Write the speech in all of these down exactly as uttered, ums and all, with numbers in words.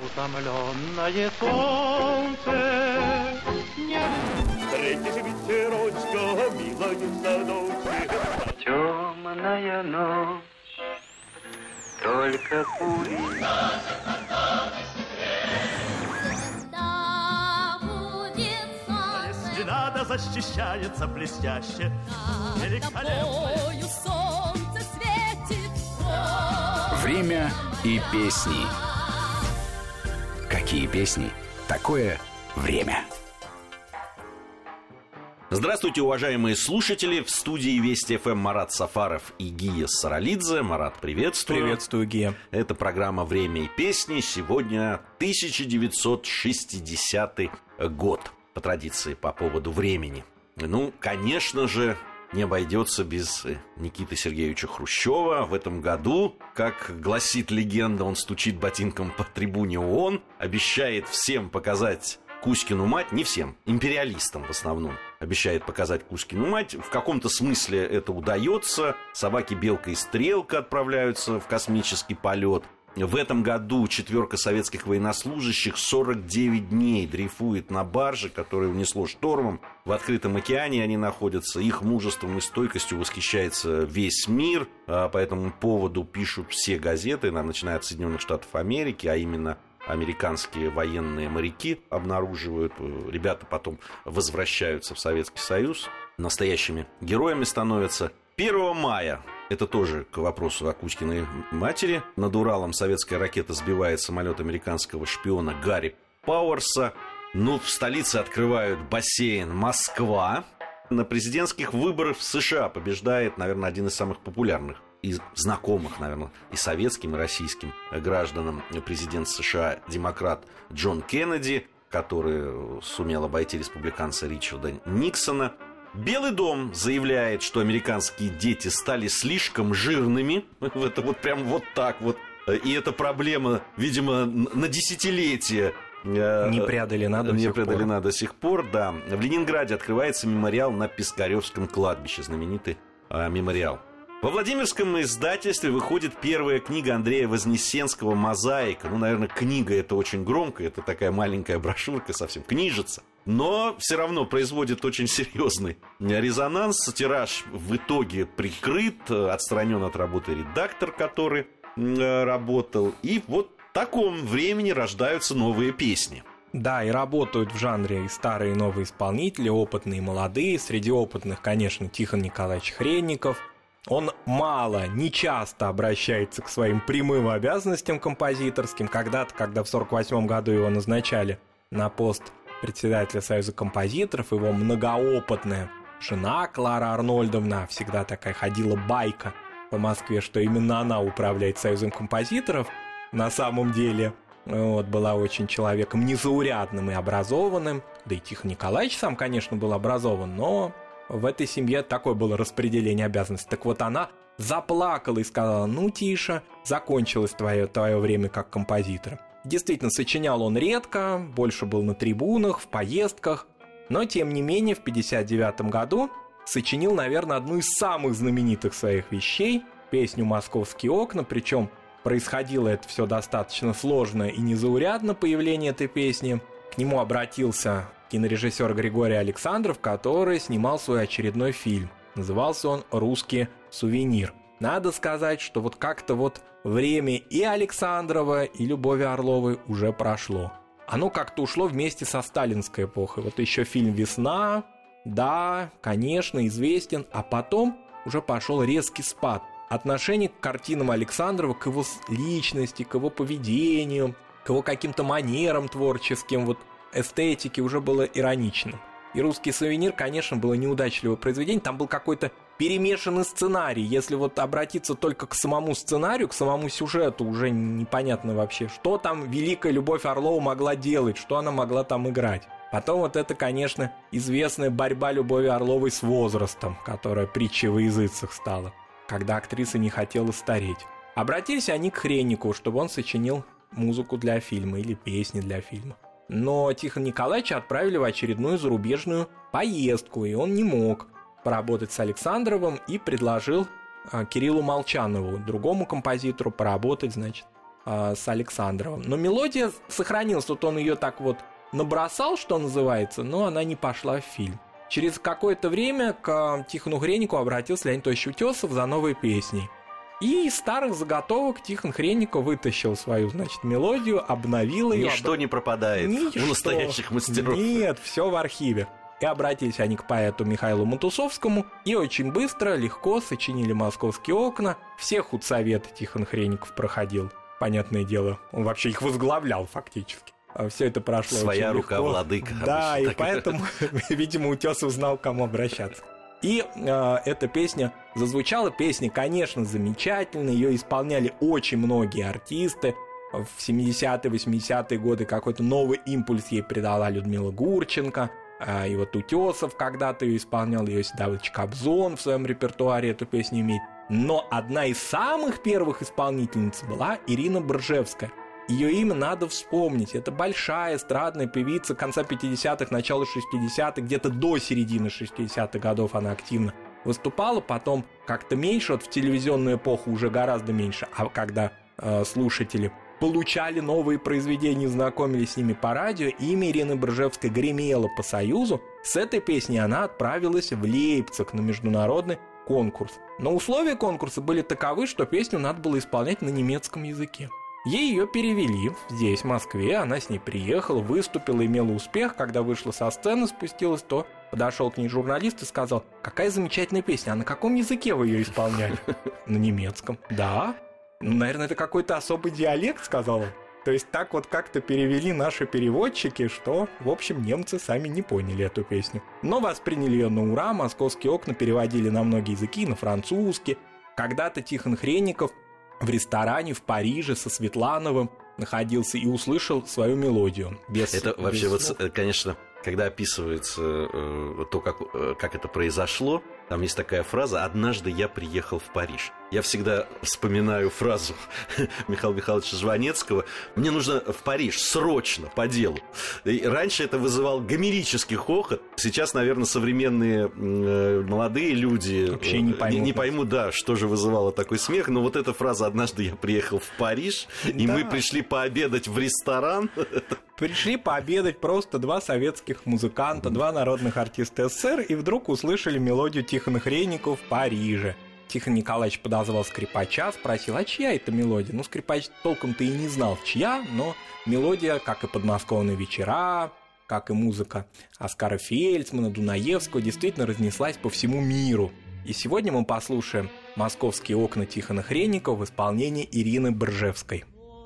Утомленное солнце не... Встретишь ветерочка, милая в садочке. Темная ночь, только пули. Надо защищается блестяще, великолепно. Солнце светит. Время и песни. Какие песни? Такое время. Здравствуйте, уважаемые слушатели. В студии Вести ФМ Марат Сафаров и Гия Саралидзе. Марат, приветствую. Приветствую, Гия. Это программа «Время и песни». Сегодня тысяча девятьсот шестидесятый год. По традиции, по поводу времени. Ну, конечно же, не обойдется без Никиты Сергеевича Хрущева. В этом году, как гласит легенда, он стучит ботинком по трибуне ООН, обещает всем показать Кузькину мать, не всем, империалистам в основном, обещает показать Кузькину мать. В каком-то смысле это удается. Собаки Белка и Стрелка отправляются в космический полет. В этом году четверка советских военнослужащих сорок девять дней дрейфует на барже, которая унесло штормом. В открытом океане они находятся. Их мужеством и стойкостью восхищается весь мир. По этому поводу пишут все газеты, начиная от Соединенных Штатов Америки, а именно американские военные моряки обнаруживают. Ребята потом возвращаются в Советский Союз, настоящими героями становятся. первого мая, это тоже к вопросу о Кузькиной матери, над Уралом советская ракета сбивает самолет американского шпиона Гарри Пауэрса. Ну, в столице открывают бассейн Москва. На президентских выборах в США побеждает, наверное, один из самых популярных и знакомых, наверное, и советским, и российским гражданам президент США, демократ Джон Кеннеди, который сумел обойти республиканца Ричарда Никсона. Белый дом заявляет, что американские дети стали слишком жирными. Это вот прям вот так вот. И эта проблема, видимо, на десятилетия не преодолена до не сих преодолена пор. до сих пор, да. В Ленинграде открывается мемориал на Пискаревском кладбище, знаменитый а, мемориал. Во Владимирском издательстве выходит первая книга Андрея Вознесенского «Мозаика». Ну, наверное, книга это очень громко, это такая маленькая брошюрка, совсем книжица. Но все равно производит очень серьезный резонанс. Тираж в итоге прикрыт, отстранен от работы редактор, который работал. И вот в таком времени рождаются новые песни. Да, и работают в жанре и старые, и новые исполнители, опытные и молодые. Среди опытных, конечно, Тихон Николаевич Хренников. Он мало, не часто обращается к своим прямым обязанностям композиторским. Когда-то, когда в сорок восьмом году его назначали на пост председателя Союза композиторов, его многоопытная жена Клара Арнольдовна, всегда такая ходила байка по Москве, что именно она управляет Союзом композиторов. На самом деле, вот, была очень человеком незаурядным и образованным. Да и Тихон Николаевич сам, конечно, был образован, но в этой семье такое было распределение обязанностей. Так вот, она заплакала и сказала: ну, Тиша, закончилось твое, твое время как композитора. Действительно, сочинял он редко, больше был на трибунах, в поездках, но, тем не менее, в пятьдесят девятом году сочинил, наверное, одну из самых знаменитых своих вещей, песню «Московские окна», причем происходило это все достаточно сложно и незаурядно, появление этой песни. К нему обратился кинорежиссер Григорий Александров, который снимал свой очередной фильм. Назывался он «Русский сувенир». Надо сказать, что вот как-то вот время и Александрова, и Любови Орловой уже прошло. Оно как-то ушло вместе со сталинской эпохой. Вот еще фильм «Весна», да, конечно, известен, а потом уже пошел резкий спад. Отношение к картинам Александрова, к его личности, к его поведению, к его каким-то манерам творческим, вот эстетике уже было ироничным. И «Русский сувенир», конечно, было неудачливое произведение. Там был какой-то перемешанный сценарий. Если вот обратиться только к самому сценарию, к самому сюжету, уже непонятно вообще, что там великая Любовь Орлова могла делать, что она могла там играть. Потом вот это, конечно, известная борьба Любови Орловой с возрастом, которая притчей во языцах стала, когда актриса не хотела стареть. Обратились они к Хренникову, чтобы он сочинил музыку для фильма или песни для фильма. Но Тихона Николаевича отправили в очередную зарубежную поездку, и он не мог поработать с Александровым и предложил а, Кириллу Молчанову, другому композитору, поработать, значит, э, с Александровым. Но мелодия сохранилась, вот он ее так вот набросал, что называется, но она не пошла в фильм. Через какое-то время к Тихону Хренникову обратился Леонид Тович Утесов за новой песней. И из старых заготовок Тихон Хренников вытащил свою, значит, мелодию, обновил ее. Ничто об... не пропадает Ничто. у настоящих мастеров. Нет, все в архиве. И обратились они к поэту Михаилу Матусовскому, и очень быстро, легко сочинили «Московские окна». Все худсоветы Тихон Хренников проходил, понятное дело. Он вообще их возглавлял фактически. Все это прошло Своя очень рука легко. владыка. Да, и так. поэтому, видимо, Утесов знал, к кому обращаться. И э, эта песня зазвучала. Песня, конечно, замечательная. Ее исполняли очень многие артисты. В семидесятые, восьмидесятые годы какой-то новый импульс ей придала Людмила Гурченко. Э, и вот Утесов когда-то ее исполнял. Иосиф Давыдович Кобзон в своем репертуаре эту песню имеет. Но одна из самых первых исполнительниц была Ирина Бржевская. Ее имя надо вспомнить. Это большая эстрадная певица конца пятидесятых, начала шестидесятых, где-то до середины шестидесятых годов она активно выступала. Потом как-то меньше, вот в телевизионную эпоху уже гораздо меньше. А когда э, слушатели получали новые произведения, знакомились с ними по радио, имя Ирины Бржевской гремело по Союзу. С этой песней она отправилась в Лейпциг на международный конкурс. Но условия конкурса были таковы, что песню надо было исполнять на немецком языке. Ей ее перевели здесь, в Москве, она с ней приехала, выступила, имела успех. Когда вышла со сцены, спустилась, то подошел к ней журналист и сказал: какая замечательная песня, а на каком языке вы ее исполняли? На немецком. Да? Ну, наверное, это какой-то особый диалект, сказал он. То есть так вот как-то перевели наши переводчики, что, в общем, немцы сами не поняли эту песню. Но восприняли ее на ура, «Московские окна» переводили на многие языки, на французский. Когда-то Тихон Хренников в ресторане в Париже со Светлановым находился и услышал свою мелодию. Без, это без вообще, слов. вот, конечно, когда описывается э, то, как, э, как это произошло, там есть такая фраза: «Однажды я приехал в Париж». Я всегда вспоминаю фразу Михаила Михайловича Жванецкого: «Мне нужно в Париж срочно, по делу». И раньше это вызывал гомерический хохот. Сейчас, наверное, современные э, молодые люди вообще не поймут, не, не поймут, да, что же вызывало такой смех. Но вот эта фраза «Однажды я приехал в Париж, и да. мы пришли пообедать в ресторан». Пришли пообедать просто два советских музыканта, два народных артиста СССР, и вдруг услышали мелодию Тихона Хренникова в Париже. Тихон Николаевич подозвал скрипача, спросил: а чья это мелодия? Ну, скрипач толком-то и не знал, чья, но мелодия, как и «Подмосковные вечера», как и музыка Оскара Фельдсмана, Дунаевского, действительно разнеслась по всему миру. И сегодня мы послушаем «Московские окна» Тихона Хренникова в исполнении Ирины Бржевской.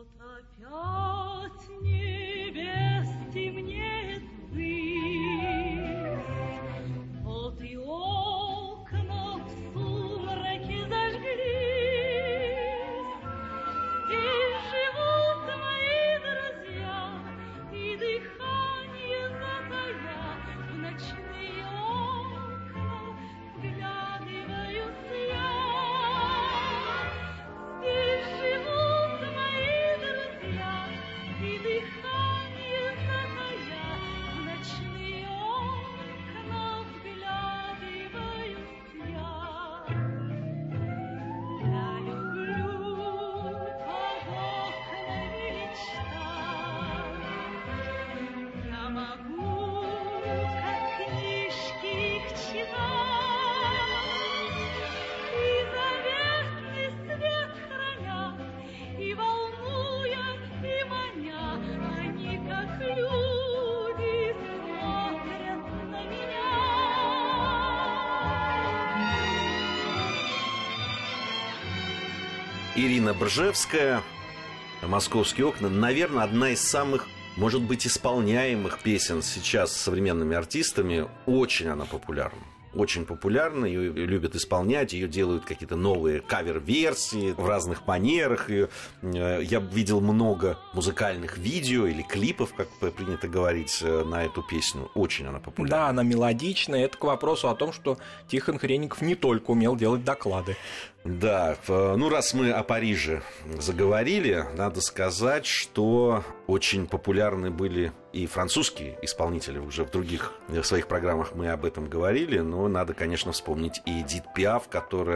Ирина Бржевская, «Московские окна», наверное, одна из самых, может быть, исполняемых песен сейчас современными артистами. Очень она популярна. Очень популярна, ее любят исполнять, ее делают какие-то новые кавер-версии в разных манерах. Ее, я видел много музыкальных видео или клипов, как принято говорить, на эту песню. Очень она популярна. Да, она мелодичная. Это к вопросу о том, что Тихон Хренников не только умел делать доклады. Да, ну раз мы о Париже заговорили, надо сказать, что очень популярны были и французские исполнители. Уже в других своих программах мы об этом говорили, но надо, конечно, вспомнить и Эдит Пиаф, которая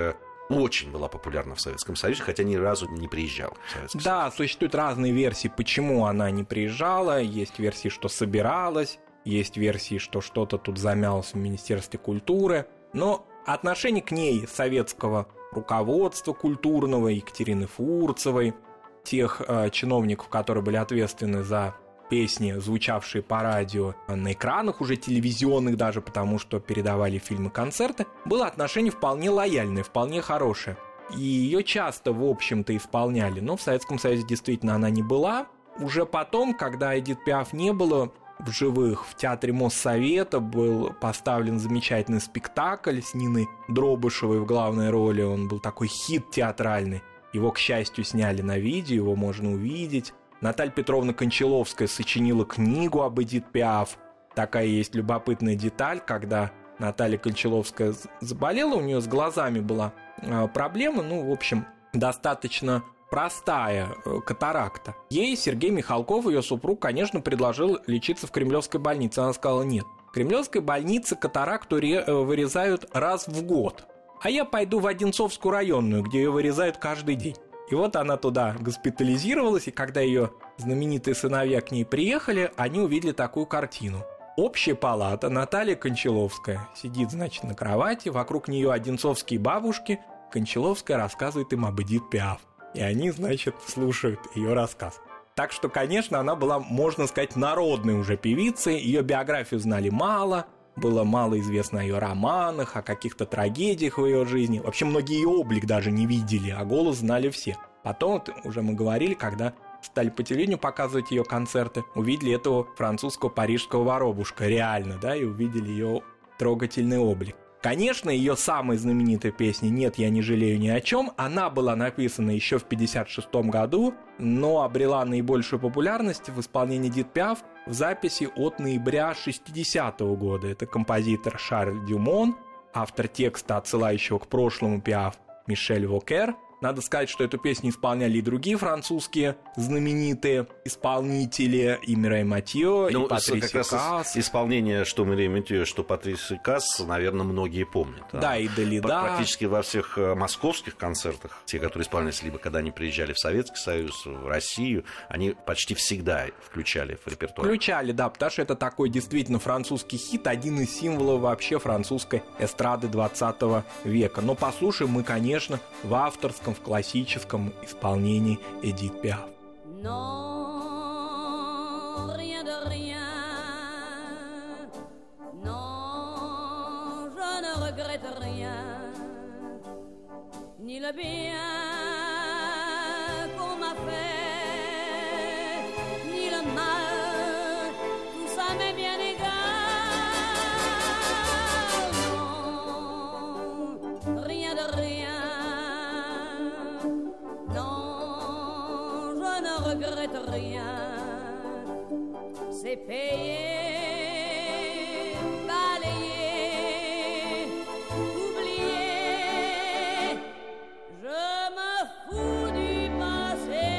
очень была популярна в Советском Союзе, хотя ни разу не приезжала в Советский Союз. Да, существуют разные версии, почему она не приезжала. Есть версии, что собиралась, есть версии, что что-то тут замялось в Министерстве культуры. Но отношение к ней советского руководства культурного, Екатерины Фурцевой, тех э, чиновников, которые были ответственны за песни, звучавшие по радио на экранах уже телевизионных даже, потому что передавали фильмы, концерты, было отношение вполне лояльное, вполне хорошее. И ее часто, в общем-то, исполняли, но в Советском Союзе действительно она не была. Уже потом, когда Эдит Пиаф не было в живых, в Театре Моссовета был поставлен замечательный спектакль с Ниной Дробышевой в главной роли. Он был такой хит театральный. Его, к счастью, сняли на видео, его можно увидеть. Наталья Петровна Кончаловская сочинила книгу об Эдит Пиаф. Такая есть любопытная деталь, когда Наталья Кончаловская заболела, у нее с глазами была проблема, ну, в общем, достаточно простая катаракта. Ей Сергей Михалков, ее супруг, конечно, предложил лечиться в Кремлевской больнице. Она сказала нет. В Кремлевской больнице катаракту вырезают раз в год. А я пойду в Одинцовскую районную, где ее вырезают каждый день. И вот она туда госпитализировалась, и когда ее знаменитые сыновья к ней приехали, они увидели такую картину. Общая палата, Наталья Кончаловская сидит, значит, на кровати, вокруг нее одинцовские бабушки, Кончаловская рассказывает им об Эдит Пиаф. И они, значит, слушают ее рассказ. Так что, конечно, она была, можно сказать, народной уже певицей, ее биографию знали мало, было мало известно о ее романах, о каких-то трагедиях в ее жизни. Вообще, многие ее облик даже не видели, а голос знали все. Потом, уже мы говорили, когда стали по телевидению показывать ее концерты, увидели этого французского парижского воробушка, реально, да, и увидели ее трогательный облик. Конечно, ее самая знаменитая песня «Нет, я не жалею ни о чем», она была написана еще в пятьдесят шестом году, но обрела наибольшую популярность в исполнении Эдит Пиаф в записи от ноября шестидесятого года. Это композитор Шарль Дюмон, автор текста, отсылающего к прошлому Пиаф, Мишель Вокер. Надо сказать, что эту песню исполняли и другие французские знаменитые исполнители, и Мирей Матьё, ну, и Патрисия Касс. Исполнение что Мирей Матьё, что Патрисия Касс, наверное, многие помнят. Да, а и Далида. Практически во всех московских концертах, те, которые исполнялись либо когда они приезжали в Советский Союз, в Россию, они почти всегда включали в репертуар. Включали, да, потому что это такой действительно французский хит, один из символов вообще французской эстрады двадцатого века. Но послушаем мы, конечно, в авторском, в классическом исполнении Эдит Пиаф. Non, rien de rien. Non, je ne regrette rien. Ni le bien qu'on m'a fait, ni le mal, tout ça m'est bien égal. Non, rien de rien. Regrette rien, c'est payé, balayé, oublié, je me fous du passé.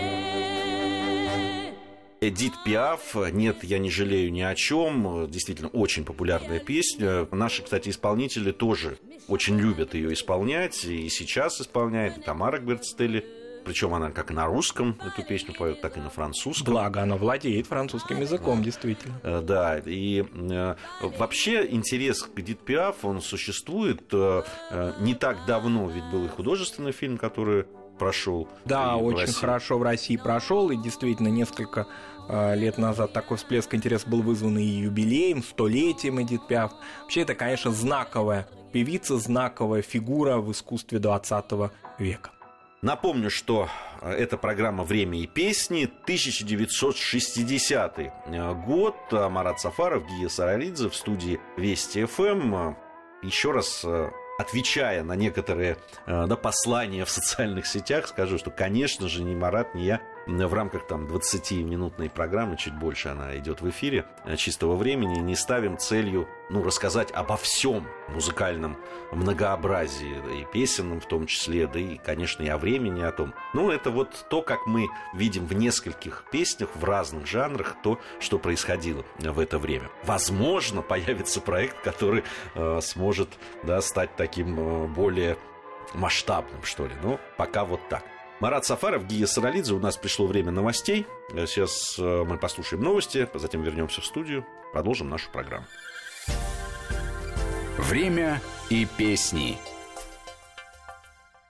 Эдит Пиаф «Нет, я не жалею ни о чем», действительно очень популярная песня. Наши, кстати, исполнители тоже очень любят ее исполнять, и сейчас исполняет и Тамара Гвердцители. Причем она как на русском эту песню поет, так и на французском. Благо, она владеет французским языком, действительно. Да, и э, вообще интерес к Эдит Пиаф, он существует э, не так давно, ведь был и художественный фильм, который прошел. Да, очень России. Хорошо в России прошел, и действительно несколько э, лет назад такой всплеск интереса был вызван и юбилеем, столетием Эдит Пиаф. Вообще, это, конечно, знаковая певица, знаковая фигура в искусстве двадцатого века. Напомню, что это программа «Время и песни», тысяча девятьсот шестидесятый год. Марат Сафаров, Гия Саралидзе в студии Вести эф эм. Еще раз отвечая на некоторые да, послания в социальных сетях, скажу, что, конечно же, ни Марат, ни я в рамках там двадцатиминутной программы, чуть больше она идет в эфире, чистого времени, не ставим целью, ну, рассказать обо всем музыкальном многообразии, и песенном в том числе, да и, конечно, и о времени, о том. Ну, это вот то, как мы видим в нескольких песнях, в разных жанрах, то, что происходило в это время. Возможно, появится проект, который э, сможет, да, стать таким э, более масштабным, что ли. Ну, пока вот так. Марат Сафаров, Гия Саралидзе. У нас пришло время новостей. Сейчас мы послушаем новости, затем вернемся в студию, продолжим нашу программу. Время и песни.